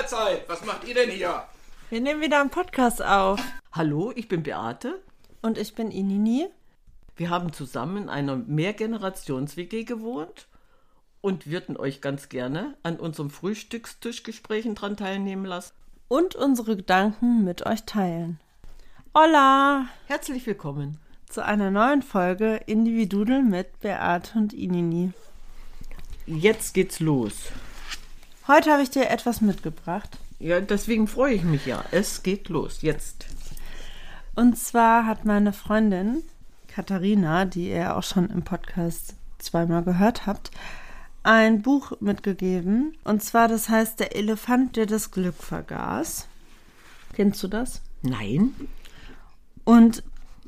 Mahlzeit! Was macht ihr denn hier? Wir nehmen wieder einen Podcast auf. Hallo, ich bin Beate. Und ich bin Inini. Wir haben zusammen in einer Mehrgenerations-WG gewohnt und würden euch ganz gerne an unserem Frühstückstischgesprächen dran teilnehmen lassen. Und unsere Gedanken mit euch teilen. Hola! Herzlich willkommen zu einer neuen Folge Individudel mit Beate und Inini. Jetzt geht's los. Heute habe ich dir etwas mitgebracht. Ja, deswegen freue ich mich ja. Es geht los, jetzt. Und zwar hat meine Freundin Katharina, die ihr auch schon im Podcast zweimal gehört habt, ein Buch mitgegeben. Und zwar, das heißt Der Elefant, der das Glück vergaß. Kennst du das? Nein. Und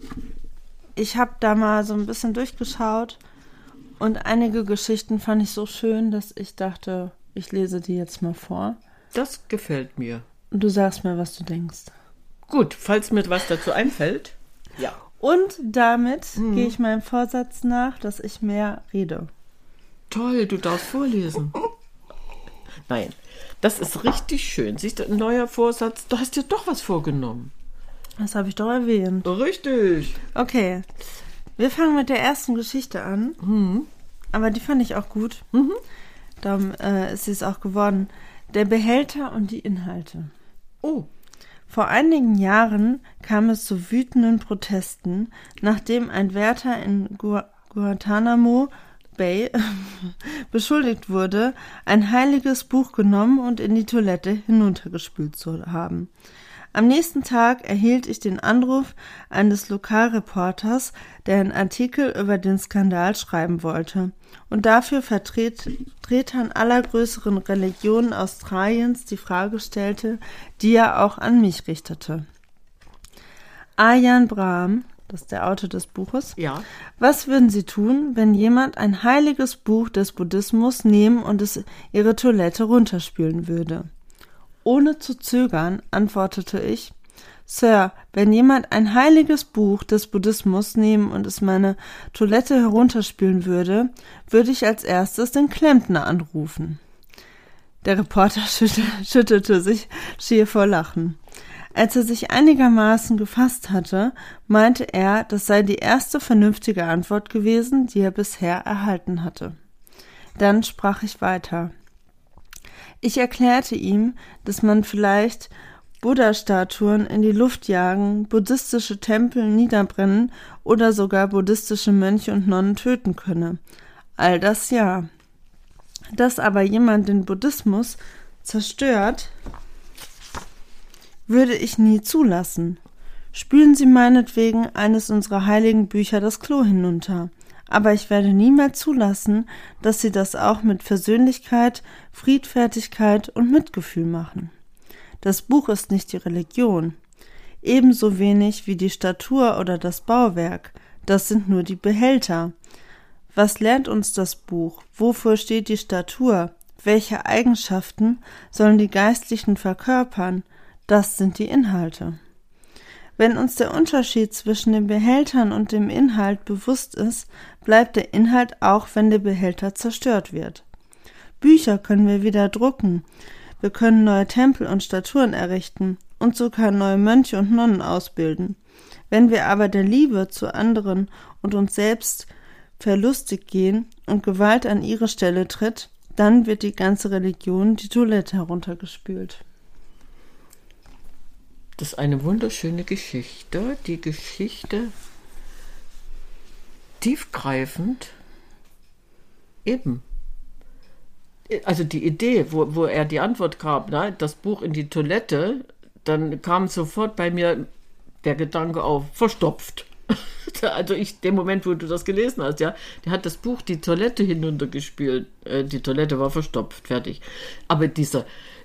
ich habe da mal so ein bisschen durchgeschaut und einige Geschichten fand ich so schön, dass ich dachte, ich lese die jetzt mal vor. Das gefällt mir. Und du sagst mir, was du denkst. Gut, falls mir was dazu einfällt. Ja. Und damit gehe ich meinem Vorsatz nach, dass ich mehr rede. Toll, du darfst vorlesen. Nein, das ist richtig schön. Siehst du, ein neuer Vorsatz. Du hast dir doch was vorgenommen. Das habe ich doch erwähnt. Richtig. Okay, wir fangen mit der ersten Geschichte an. Aber die fand ich auch gut. Darum ist sie es auch geworden. Der Behälter und die Inhalte. Oh. Vor einigen Jahren kam es zu wütenden Protesten, nachdem ein Wärter in Guantanamo Bay beschuldigt wurde, ein heiliges Buch genommen und in die Toilette hinuntergespült zu haben. Am nächsten Tag erhielt ich den Anruf eines Lokalreporters, der einen Artikel über den Skandal schreiben wollte und dafür Vertretern aller größeren Religionen Australiens die Frage stellte, die er auch an mich richtete. Ajahn Brahm, das ist der Autor des Buches, ja. Was würden Sie tun, wenn jemand ein heiliges Buch des Buddhismus nehmen und es Ihre Toilette runterspülen würde? Ohne zu zögern antwortete ich, Sir, wenn jemand ein heiliges Buch des Buddhismus nehmen und es meine Toilette herunterspülen würde, würde ich als erstes den Klempner anrufen. Der Reporter schüttelte sich schier vor Lachen. Als er sich einigermaßen gefasst hatte, meinte er, das sei die erste vernünftige Antwort gewesen, die er bisher erhalten hatte. Dann sprach ich weiter. Ich erklärte ihm, dass man vielleicht Buddha-Statuen in die Luft jagen, buddhistische Tempel niederbrennen oder sogar buddhistische Mönche und Nonnen töten könne. All das ja. Dass aber jemand den Buddhismus zerstört, würde ich nie zulassen. Spülen Sie meinetwegen eines unserer heiligen Bücher das Klo hinunter. Aber ich werde nie mehr zulassen, dass Sie das auch mit Versöhnlichkeit, Friedfertigkeit und Mitgefühl machen. Das Buch ist nicht die Religion. Ebenso wenig wie die Statur oder das Bauwerk. Das sind nur die Behälter. Was lernt uns das Buch? Wofür steht die Statur? Welche Eigenschaften sollen die Geistlichen verkörpern? Das sind die Inhalte. Wenn uns der Unterschied zwischen den Behältern und dem Inhalt bewusst ist, bleibt der Inhalt auch, wenn der Behälter zerstört wird. Bücher können wir wieder drucken, wir können neue Tempel und Statuen errichten und sogar neue Mönche und Nonnen ausbilden. Wenn wir aber der Liebe zu anderen und uns selbst verlustig gehen und Gewalt an ihre Stelle tritt, dann wird die ganze Religion die Toilette heruntergespült. Das ist eine wunderschöne Geschichte. Die Geschichte tiefgreifend. Eben. Also die Idee, wo er die Antwort gab, ne, das Buch in die Toilette, dann kam sofort bei mir der Gedanke auf, verstopft. Also dem Moment, wo du das gelesen hast, ja, der hat das Buch die Toilette hinuntergespült. Die Toilette war verstopft, fertig. Aber dieser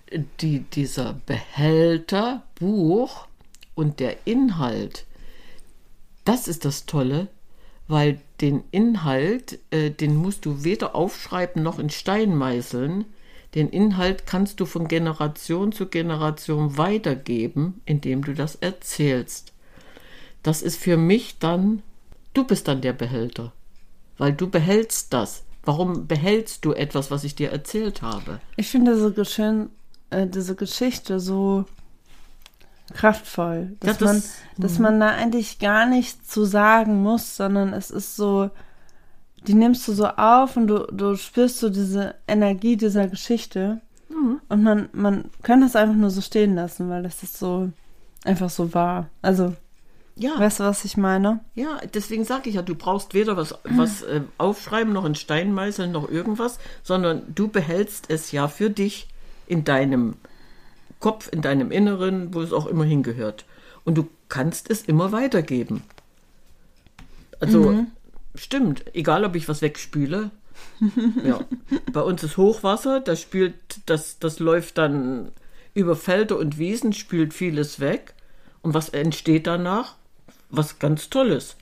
Behälter, Buch und der Inhalt, das ist das Tolle, weil den Inhalt, den musst du weder aufschreiben noch in Stein meißeln. Den Inhalt kannst du von Generation zu Generation weitergeben, indem du das erzählst. Das ist für mich dann, du bist dann der Behälter, weil du behältst das. Warum behältst du etwas, was ich dir erzählt habe? Ich finde so schön diese Geschichte so kraftvoll, dass, Ja, dass man da eigentlich gar nichts zu sagen muss, sondern es ist so, die nimmst du so auf und du spürst so diese Energie dieser Geschichte und man kann das einfach nur so stehen lassen, weil das ist so einfach so wahr. Also, ja. Weißt du, was ich meine? Ja, deswegen sage ich ja, du brauchst weder was aufschreiben, noch in Stein meißeln, noch irgendwas, sondern du behältst es ja für dich in deinem Kopf, in deinem Inneren, wo es auch immer hingehört. Und du kannst es immer weitergeben. Also, stimmt, egal ob ich was wegspüle. Ja. Bei uns ist Hochwasser, das läuft dann über Felder und Wiesen, spült vieles weg. Und was entsteht danach? Was ganz Tolles.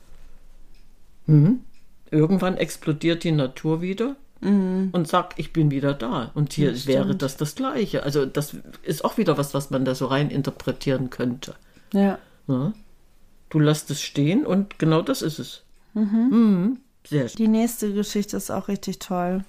Irgendwann explodiert die Natur wieder und sagt, ich bin wieder da. Und hier wäre das Gleiche. Also das ist auch wieder was man da so rein interpretieren könnte. Ja. Ja? Du lässt es stehen und genau das ist es. Sehr schön. Die nächste Geschichte ist auch richtig toll.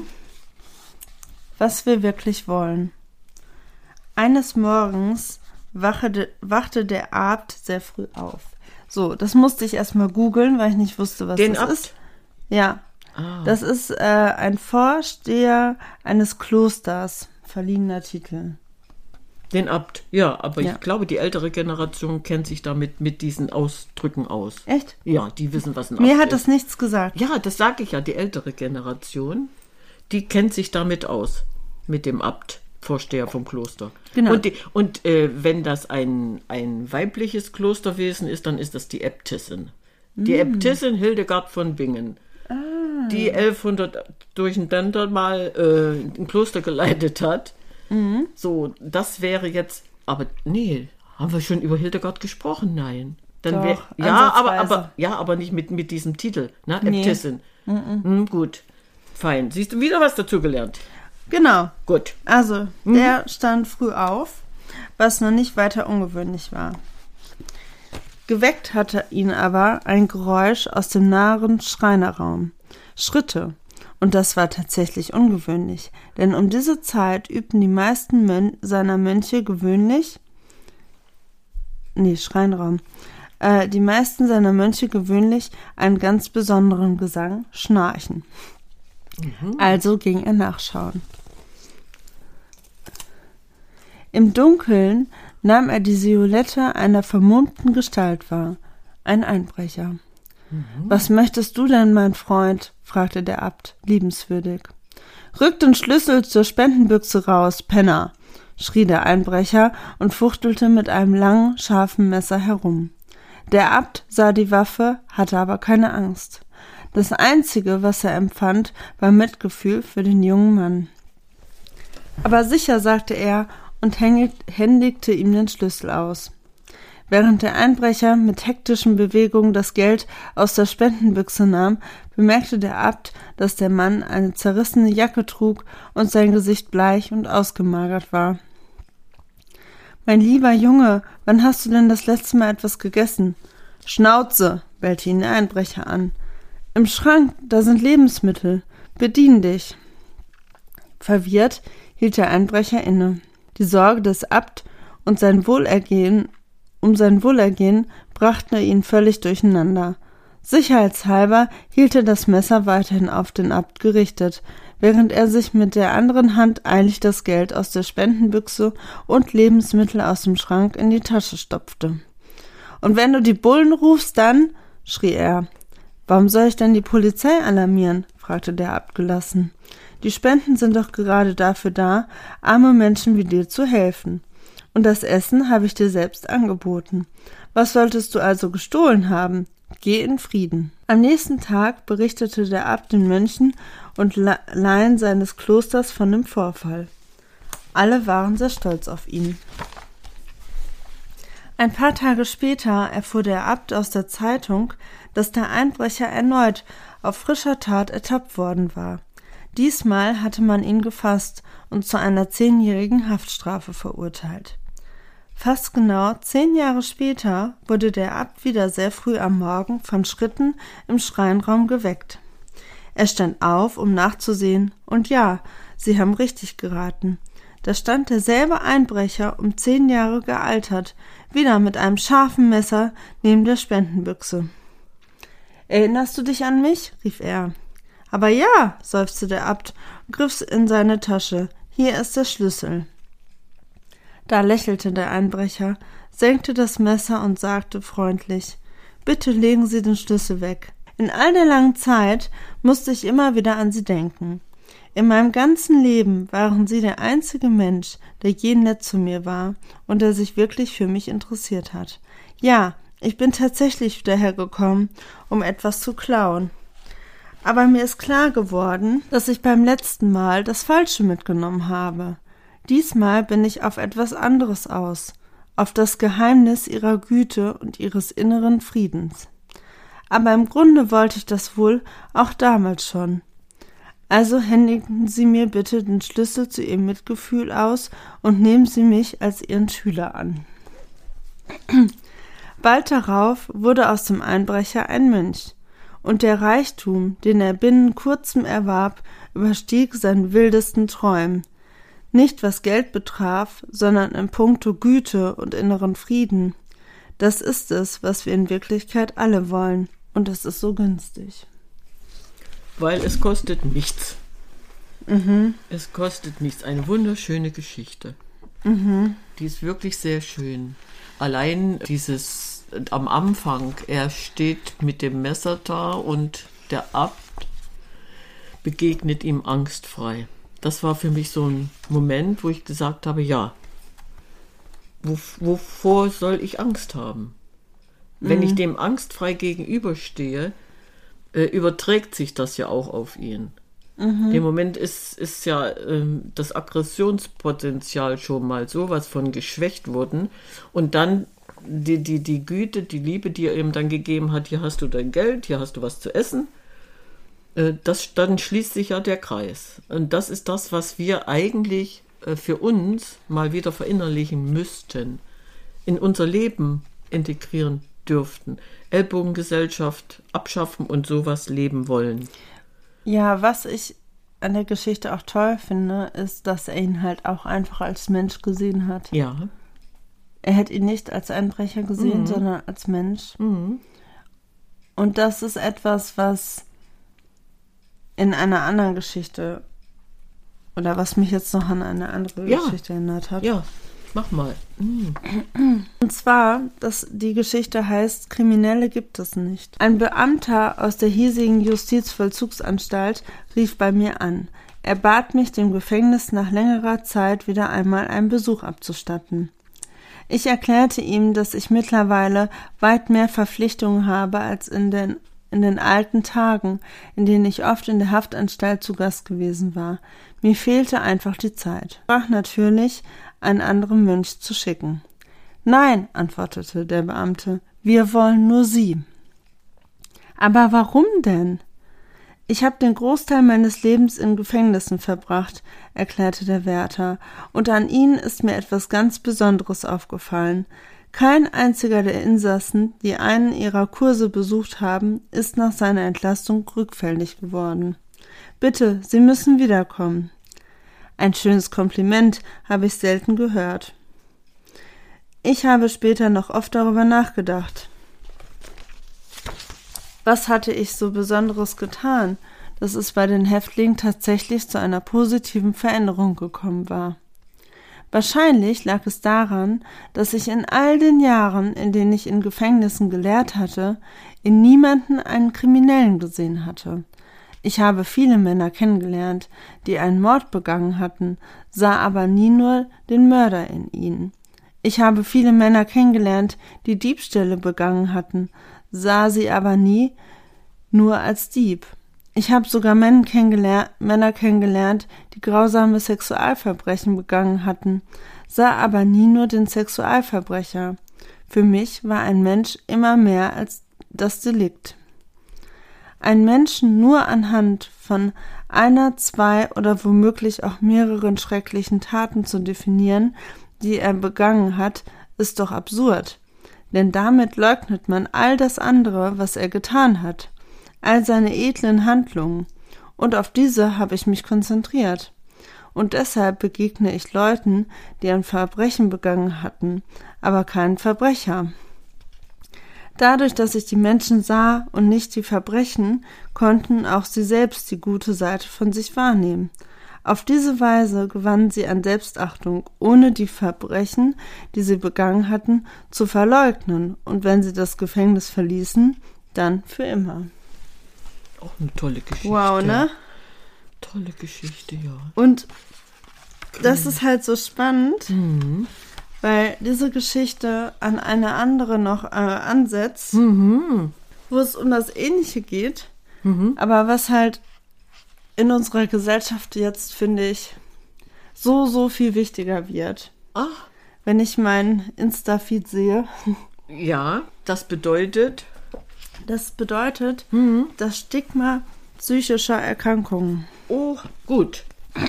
Was wir wirklich wollen. Eines Morgens wachte der Abt sehr früh auf. So, das musste ich erstmal googeln, weil ich nicht wusste, was Den das Abt? ist. Ja, das ist ein Vorsteher eines Klosters, verliehener Titel. Den Abt, ja, aber Ja. ich glaube, die ältere Generation kennt sich damit mit diesen Ausdrücken aus. Echt? Ja, die wissen, was ein Abt Mir hat ist. das nichts gesagt. Ja, das sage ich ja, die ältere Generation, die kennt sich damit aus, mit dem Abt, Vorsteher vom Kloster. Genau. Und wenn das ein weibliches Klosterwesen ist, dann ist das die Äbtissin. Die Äbtissin Hildegard von Bingen, die 1100 durcheinander mal ein Kloster geleitet hat. So, das wäre jetzt, aber nee, haben wir schon über Hildegard gesprochen? Nein. Dann Doch, ja, ansatzweise. aber nicht mit diesem Titel, ne? Nee. Äbtissin. Gut, fein. Siehst du wieder was dazugelernt? Genau. Gut. Also, der stand früh auf, was noch nicht weiter ungewöhnlich war. Geweckt hatte ihn aber ein Geräusch aus dem nahen Schreinerraum. Schritte. Und das war tatsächlich ungewöhnlich, denn um diese Zeit übten die meisten seiner Mönche gewöhnlich die meisten seiner Mönche gewöhnlich einen ganz besonderen Gesang, Schnarchen. Also ging er nachschauen. Im Dunkeln nahm er die Silhouette einer vermummten Gestalt wahr, ein Einbrecher. »Was möchtest du denn, mein Freund?« fragte der Abt, liebenswürdig. »Rück den Schlüssel zur Spendenbüchse raus, Penner«, schrie der Einbrecher und fuchtelte mit einem langen, scharfen Messer herum. Der Abt sah die Waffe, hatte aber keine Angst. Das Einzige, was er empfand, war Mitgefühl für den jungen Mann. »Aber sicher«, sagte er und händigte ihm den Schlüssel aus. Während der Einbrecher mit hektischen Bewegungen das Geld aus der Spendenbüchse nahm, bemerkte der Abt, dass der Mann eine zerrissene Jacke trug und sein Gesicht bleich und ausgemagert war. »Mein lieber Junge, wann hast du denn das letzte Mal etwas gegessen?« »Schnauze«, bellte ihn der Einbrecher an. »Im Schrank, da sind Lebensmittel. Bedien dich.« Verwirrt hielt der Einbrecher inne. Die Sorge des Abt um sein Wohlergehen brachten ihn völlig durcheinander. Sicherheitshalber hielt er das Messer weiterhin auf den Abt gerichtet, während er sich mit der anderen Hand eilig das Geld aus der Spendenbüchse und Lebensmittel aus dem Schrank in die Tasche stopfte. »Und wenn du die Bullen rufst, dann«, schrie er. »Warum soll ich denn die Polizei alarmieren?« fragte der Abt gelassen. »Die Spenden sind doch gerade dafür da, arme Menschen wie dir zu helfen. Und das Essen habe ich dir selbst angeboten. Was solltest du also gestohlen haben? Geh in Frieden.« Am nächsten Tag berichtete der Abt den Mönchen und Laien seines Klosters von dem Vorfall. Alle waren sehr stolz auf ihn. Ein paar Tage später erfuhr der Abt aus der Zeitung, dass der Einbrecher erneut auf frischer Tat ertappt worden war. Diesmal hatte man ihn gefasst und zu einer 10-jährigen Haftstrafe verurteilt. Fast genau 10 Jahre später wurde der Abt wieder sehr früh am Morgen von Schritten im Schreinraum geweckt. Er stand auf, um nachzusehen, und ja, Sie haben richtig geraten. Da stand derselbe Einbrecher, um 10 Jahre gealtert, wieder mit einem scharfen Messer neben der Spendenbüchse. »Erinnerst du dich an mich?« rief er. »Aber ja«, seufzte der Abt und griff in seine Tasche. »Hier ist der Schlüssel.« Da lächelte der Einbrecher, senkte das Messer und sagte freundlich: »Bitte legen Sie den Schlüssel weg.« In all der langen Zeit musste ich immer wieder an Sie denken. In meinem ganzen Leben waren Sie der einzige Mensch, der je nett zu mir war und der sich wirklich für mich interessiert hat. Ja, ich bin tatsächlich wieder hergekommen, um etwas zu klauen. Aber mir ist klar geworden, dass ich beim letzten Mal das Falsche mitgenommen habe. Diesmal bin ich auf etwas anderes aus, auf das Geheimnis Ihrer Güte und Ihres inneren Friedens. Aber im Grunde wollte ich das wohl auch damals schon. Also händigen Sie mir bitte den Schlüssel zu Ihrem Mitgefühl aus und nehmen Sie mich als Ihren Schüler an.« Bald darauf wurde aus dem Einbrecher ein Mönch, und der Reichtum, den er binnen kurzem erwarb, überstieg seinen wildesten Träumen. Nicht was Geld betraf, sondern in puncto Güte und inneren Frieden. Das ist es, was wir in Wirklichkeit alle wollen, und es ist so günstig. Weil es kostet nichts. Es kostet nichts. Eine wunderschöne Geschichte. Die ist wirklich sehr schön. Allein dieses am Anfang, er steht mit dem Messer da und der Abt begegnet ihm angstfrei. Das war für mich so ein Moment, wo ich gesagt habe, ja, wovor soll ich Angst haben? Wenn ich dem angstfrei gegenüberstehe, überträgt sich das ja auch auf ihn. Im Moment ist ja das Aggressionspotenzial schon mal sowas von geschwächt worden. Und dann die Güte, die Liebe, die er ihm dann gegeben hat, hier hast du dein Geld, hier hast du was zu essen, dann schließt sich ja der Kreis. Und das ist das, was wir eigentlich für uns mal wieder verinnerlichen müssten, in unser Leben integrieren dürften, Ellbogengesellschaft abschaffen und sowas leben wollen. Ja, was ich an der Geschichte auch toll finde, ist, dass er ihn halt auch einfach als Mensch gesehen hat. Ja. Er hat ihn nicht als Einbrecher gesehen, sondern als Mensch. Und das ist etwas, was in einer anderen Geschichte, oder was mich jetzt noch an eine andere Geschichte erinnert hat. Ja, mach mal. Und zwar, die Geschichte heißt, Kriminelle gibt es nicht. Ein Beamter aus der hiesigen Justizvollzugsanstalt rief bei mir an. Er bat mich, dem Gefängnis nach längerer Zeit wieder einmal einen Besuch abzustatten. Ich erklärte ihm, dass ich mittlerweile weit mehr Verpflichtungen habe als in den alten Tagen, in denen ich oft in der Haftanstalt zu Gast gewesen war. Mir fehlte einfach die Zeit. Ich sprach natürlich, einen anderen Mönch zu schicken. »Nein«, antwortete der Beamte, »wir wollen nur Sie.« »Aber warum denn?« »Ich habe den Großteil meines Lebens in Gefängnissen verbracht«, erklärte der Wärter, »und an ihnen ist mir etwas ganz Besonderes aufgefallen. Kein einziger der Insassen, die einen ihrer Kurse besucht haben, ist nach seiner Entlassung rückfällig geworden. Bitte, Sie müssen wiederkommen.« Ein schönes Kompliment habe ich selten gehört. Ich habe später noch oft darüber nachgedacht. Was hatte ich so Besonderes getan, dass es bei den Häftlingen tatsächlich zu einer positiven Veränderung gekommen war? Wahrscheinlich lag es daran, dass ich in all den Jahren, in denen ich in Gefängnissen gelehrt hatte, in niemanden einen Kriminellen gesehen hatte. Ich habe viele Männer kennengelernt, die einen Mord begangen hatten, sah aber nie nur den Mörder in ihnen. Ich habe viele Männer kennengelernt, die Diebstähle begangen hatten, sah sie aber nie nur als Dieb. Ich habe sogar Männer kennengelernt, die grausame Sexualverbrechen begangen hatten, sah aber nie nur den Sexualverbrecher. Für mich war ein Mensch immer mehr als das Delikt. Einen Menschen nur anhand von einer, 2 oder womöglich auch mehreren schrecklichen Taten zu definieren, die er begangen hat, ist doch absurd. Denn damit leugnet man all das andere, was er getan hat, all seine edlen Handlungen. Und auf diese habe ich mich konzentriert. Und deshalb begegne ich Leuten, die ein Verbrechen begangen hatten, aber keinen Verbrecher. Dadurch, dass ich die Menschen sah und nicht die Verbrechen, konnten auch sie selbst die gute Seite von sich wahrnehmen. Auf diese Weise gewannen sie an Selbstachtung, ohne die Verbrechen, die sie begangen hatten, zu verleugnen, und wenn sie das Gefängnis verließen, dann für immer. Auch eine tolle Geschichte. Wow, ne? Tolle Geschichte, ja. Und das ist halt so spannend, weil diese Geschichte an eine andere noch ansetzt, wo es um das Ähnliche geht, aber was halt in unserer Gesellschaft jetzt, finde ich, so viel wichtiger wird. Ach. Wenn ich meinen Insta-Feed sehe. Ja, das bedeutet? Das bedeutet das Stigma psychischer Erkrankungen. Oh, gut.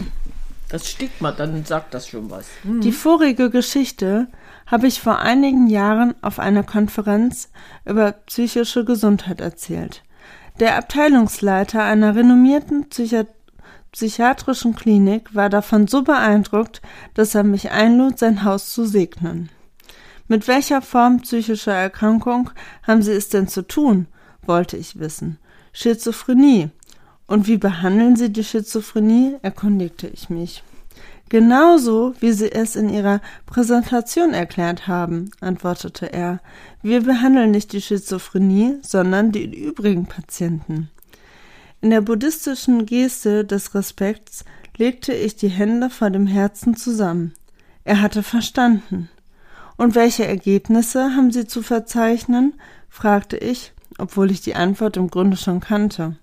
Das Stigma, dann sagt das schon was. Die vorige Geschichte habe ich vor einigen Jahren auf einer Konferenz über psychische Gesundheit erzählt. Der Abteilungsleiter einer renommierten psychiatrischen Klinik war davon so beeindruckt, dass er mich einlud, sein Haus zu segnen. Mit welcher Form psychischer Erkrankung haben Sie es denn zu tun, wollte ich wissen. Schizophrenie. Und wie behandeln Sie die Schizophrenie, erkundigte ich mich. Genauso, wie Sie es in Ihrer Präsentation erklärt haben, antwortete er. Wir behandeln nicht die Schizophrenie, sondern die übrigen Patienten. In der buddhistischen Geste des Respekts legte ich die Hände vor dem Herzen zusammen. Er hatte verstanden. Und welche Ergebnisse haben Sie zu verzeichnen? Fragte ich, obwohl ich die Antwort im Grunde schon kannte.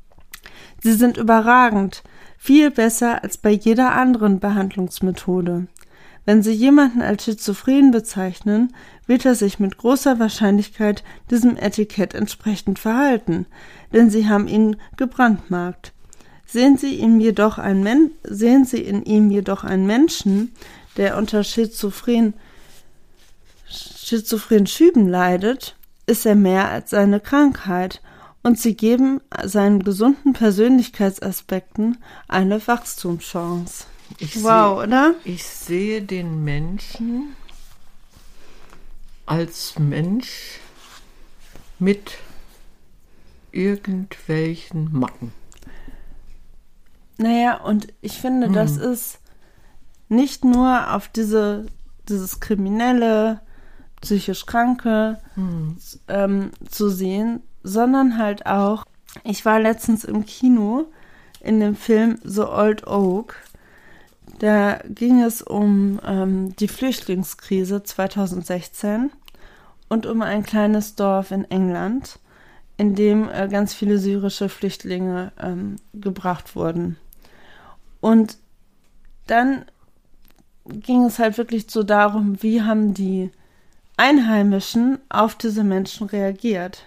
Sie sind überragend, viel besser als bei jeder anderen Behandlungsmethode. Wenn Sie jemanden als schizophren bezeichnen, wird er sich mit großer Wahrscheinlichkeit diesem Etikett entsprechend verhalten, denn Sie haben ihn gebrandmarkt. Sehen Sie in ihm jedoch einen Menschen, der unter schizophren Schüben leidet, ist er mehr als seine Krankheit, und Sie geben seinen gesunden Persönlichkeitsaspekten eine Wachstumschance. Oder? Ich sehe den Menschen als Mensch mit irgendwelchen Macken. Naja, und ich finde, das ist nicht nur auf dieses kriminelle, psychisch Kranke zu sehen, sondern halt auch, ich war letztens im Kino in dem Film The Old Oak. Da ging es um die Flüchtlingskrise 2016 und um ein kleines Dorf in England, in dem ganz viele syrische Flüchtlinge gebracht wurden. Und dann ging es halt wirklich so darum, wie haben die Einheimischen auf diese Menschen reagiert.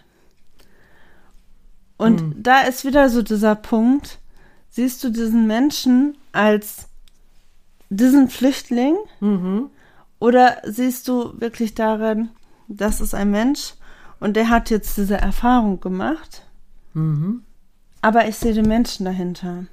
Und da ist wieder so dieser Punkt, siehst du diesen Menschen als diesen Flüchtling oder siehst du wirklich darin, das ist ein Mensch und der hat jetzt diese Erfahrung gemacht, aber ich sehe den Menschen dahinter.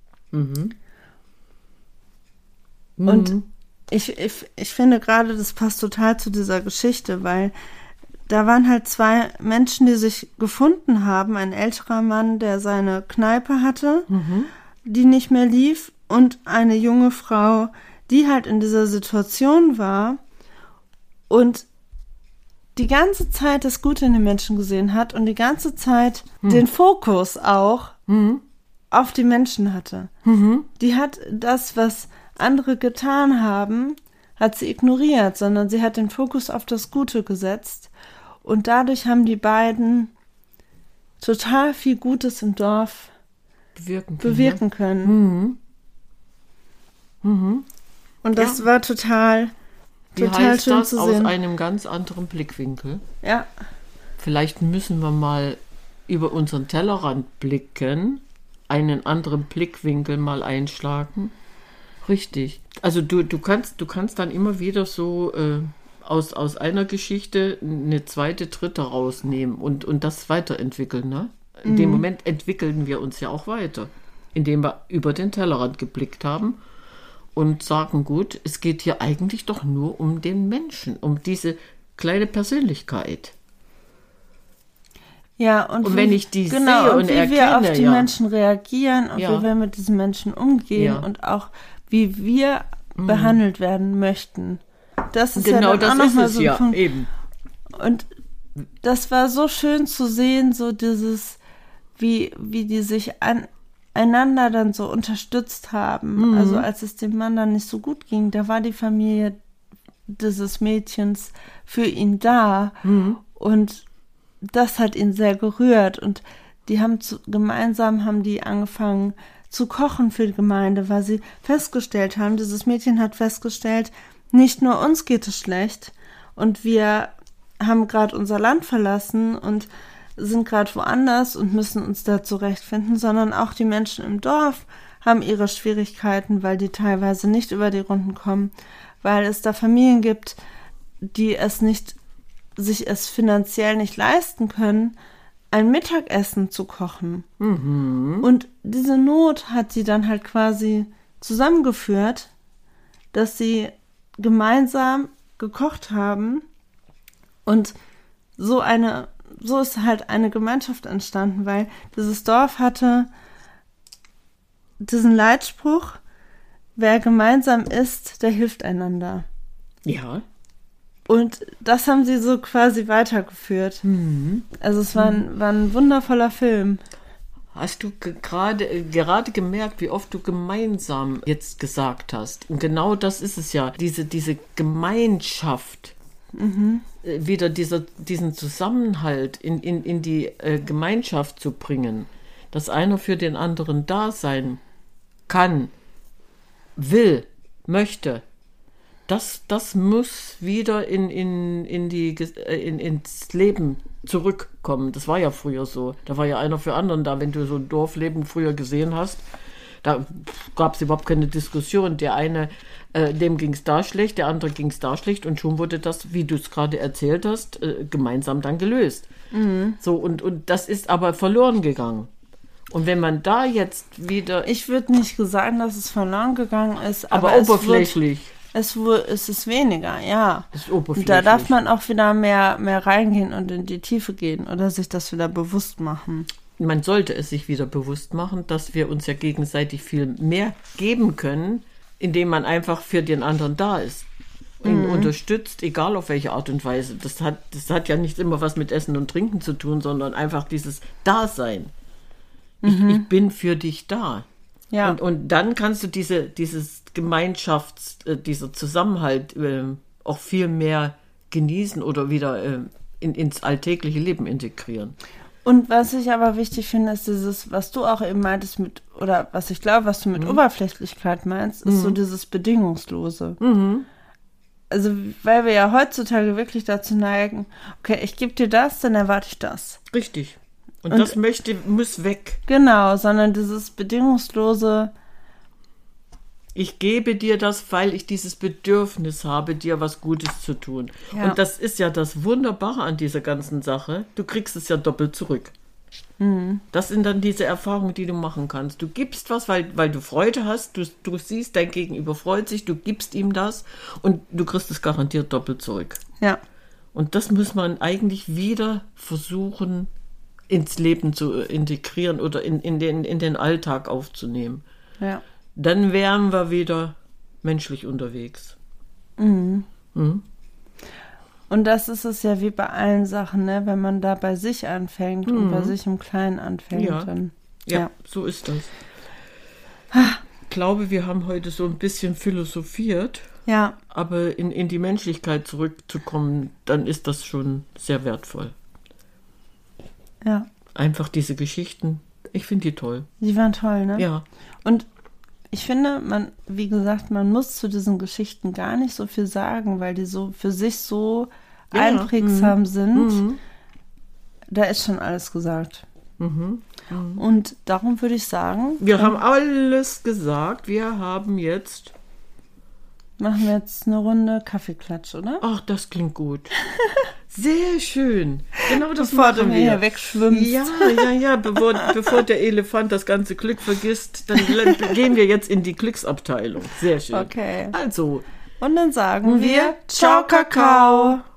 Und ich finde gerade, das passt total zu dieser Geschichte, weil da waren halt zwei Menschen, die sich gefunden haben. Ein älterer Mann, der seine Kneipe hatte, die nicht mehr lief, und eine junge Frau, die halt in dieser Situation war und die ganze Zeit das Gute in den Menschen gesehen hat und die ganze Zeit den Fokus auch auf die Menschen hatte. Die hat das, was andere getan haben, hat sie ignoriert, sondern sie hat den Fokus auf das Gute gesetzt. Und dadurch haben die beiden total viel Gutes im Dorf bewirken können. Und das war total schön zu sehen. Aus einem ganz anderen Blickwinkel. Ja. Vielleicht müssen wir mal über unseren Tellerrand blicken, einen anderen Blickwinkel mal einschlagen. Richtig. Also du kannst dann immer wieder so aus einer Geschichte eine zweite, dritte rausnehmen und das weiterentwickeln. Ne? In dem Moment entwickeln wir uns ja auch weiter, indem wir über den Tellerrand geblickt haben und sagen, gut, es geht hier eigentlich doch nur um den Menschen, um diese kleine Persönlichkeit. Ja, und wenn ich die genau, sehe und und wie wir erkenne, auf die ja. Menschen reagieren und Ja. wie wir mit diesen Menschen umgehen Ja. und auch wie wir behandelt werden möchten. Das ist Genau, ja dann auch das noch ist mal es so ein ja, Punkt. eben. Und das war so schön zu sehen, so dieses, wie die sich einander dann so unterstützt haben. Also als es dem Mann dann nicht so gut ging, da war die Familie dieses Mädchens für ihn da. Und das hat ihn sehr gerührt. Und die haben gemeinsam haben die angefangen zu kochen für die Gemeinde, weil sie festgestellt haben, dieses Mädchen hat festgestellt, nicht nur uns geht es schlecht und wir haben gerade unser Land verlassen und sind gerade woanders und müssen uns da zurechtfinden, sondern auch die Menschen im Dorf haben ihre Schwierigkeiten, weil die teilweise nicht über die Runden kommen, weil es da Familien gibt, die sich es finanziell nicht leisten können, ein Mittagessen zu kochen. Und diese Not hat sie dann halt quasi zusammengeführt, dass sie gemeinsam gekocht haben und so ist halt eine Gemeinschaft entstanden, weil dieses Dorf hatte diesen Leitspruch, wer gemeinsam isst, der hilft einander. Ja. Und das haben sie so quasi weitergeführt. Also es war ein wundervoller Film. Hast du gerade gemerkt, wie oft du gemeinsam jetzt gesagt hast? Und genau das ist es ja, diese Gemeinschaft, wieder diesen Zusammenhalt in die Gemeinschaft zu bringen, dass einer für den anderen da sein kann, will, möchte. Das muss wieder ins Leben zurückkommen. Das war ja früher so. Da war ja einer für anderen da. Wenn du so ein Dorfleben früher gesehen hast, da gab es überhaupt keine Diskussion. Der eine, dem ging es da schlecht, der andere ging es da schlecht und schon wurde das, wie du es gerade erzählt hast, gemeinsam dann gelöst. So, und das ist aber verloren gegangen. Und wenn man da jetzt wieder... Ich würde nicht sagen, dass es verloren gegangen ist, aber oberflächlich. Es ist weniger, ja. Ist oberflächlich. Und da darf man auch wieder mehr reingehen und in die Tiefe gehen oder sich das wieder bewusst machen. Man sollte es sich wieder bewusst machen, dass wir uns ja gegenseitig viel mehr geben können, indem man einfach für den anderen da ist. Ihn unterstützt, egal auf welche Art und Weise. Das hat ja nicht immer was mit Essen und Trinken zu tun, sondern einfach dieses Dasein. Ich bin für dich da. Ja. Und dann kannst du dieses dieser Zusammenhalt auch viel mehr genießen oder wieder ins alltägliche Leben integrieren. Und was ich aber wichtig finde, ist dieses, was du auch eben meintest oder was ich glaube, was du mit Oberflächlichkeit meinst, ist so dieses Bedingungslose. Also, weil wir ja heutzutage wirklich dazu neigen, okay, ich gebe dir das, dann erwarte ich das. Richtig. Und das muss weg. Genau, sondern dieses bedingungslose, ich gebe dir das, weil ich dieses Bedürfnis habe, dir was Gutes zu tun. Ja. Und das ist ja das Wunderbare an dieser ganzen Sache. Du kriegst es ja doppelt zurück. Das sind dann diese Erfahrungen, die du machen kannst. Du gibst was, weil du Freude hast. Du siehst, dein Gegenüber freut sich. Du gibst ihm das und du kriegst es garantiert doppelt zurück. ja. Und das muss man eigentlich wieder versuchen, ins Leben zu integrieren oder in den Alltag aufzunehmen. Ja. Dann wären wir wieder menschlich unterwegs. Und das ist es ja wie bei allen Sachen, ne? Wenn man da bei sich anfängt und bei sich im Kleinen anfängt. Ja. Dann, Ja, so ist das. Ich glaube, wir haben heute so ein bisschen philosophiert, Ja, aber in die Menschlichkeit zurückzukommen, dann ist das schon sehr wertvoll. ja. Einfach diese Geschichten, ich finde die toll. Die waren toll, ne? Ja, Und ich finde, wie gesagt, man muss zu diesen Geschichten gar nicht so viel sagen, weil die so für sich so Ja. einprägsam sind. Da ist schon alles gesagt. Und darum würde ich sagen, wir haben alles gesagt. Wir haben jetzt machen wir jetzt eine Runde Kaffeeklatsch, oder? Ach, das klingt gut. Sehr schön. Genau das Bevor du machen mir wir. hier wegschwimmst. Ja. Bevor der Elefant das ganze Glück vergisst, dann gehen wir jetzt in die Glücksabteilung. Sehr schön. Okay. Also, Und dann sagen wir Ciao, Kakao.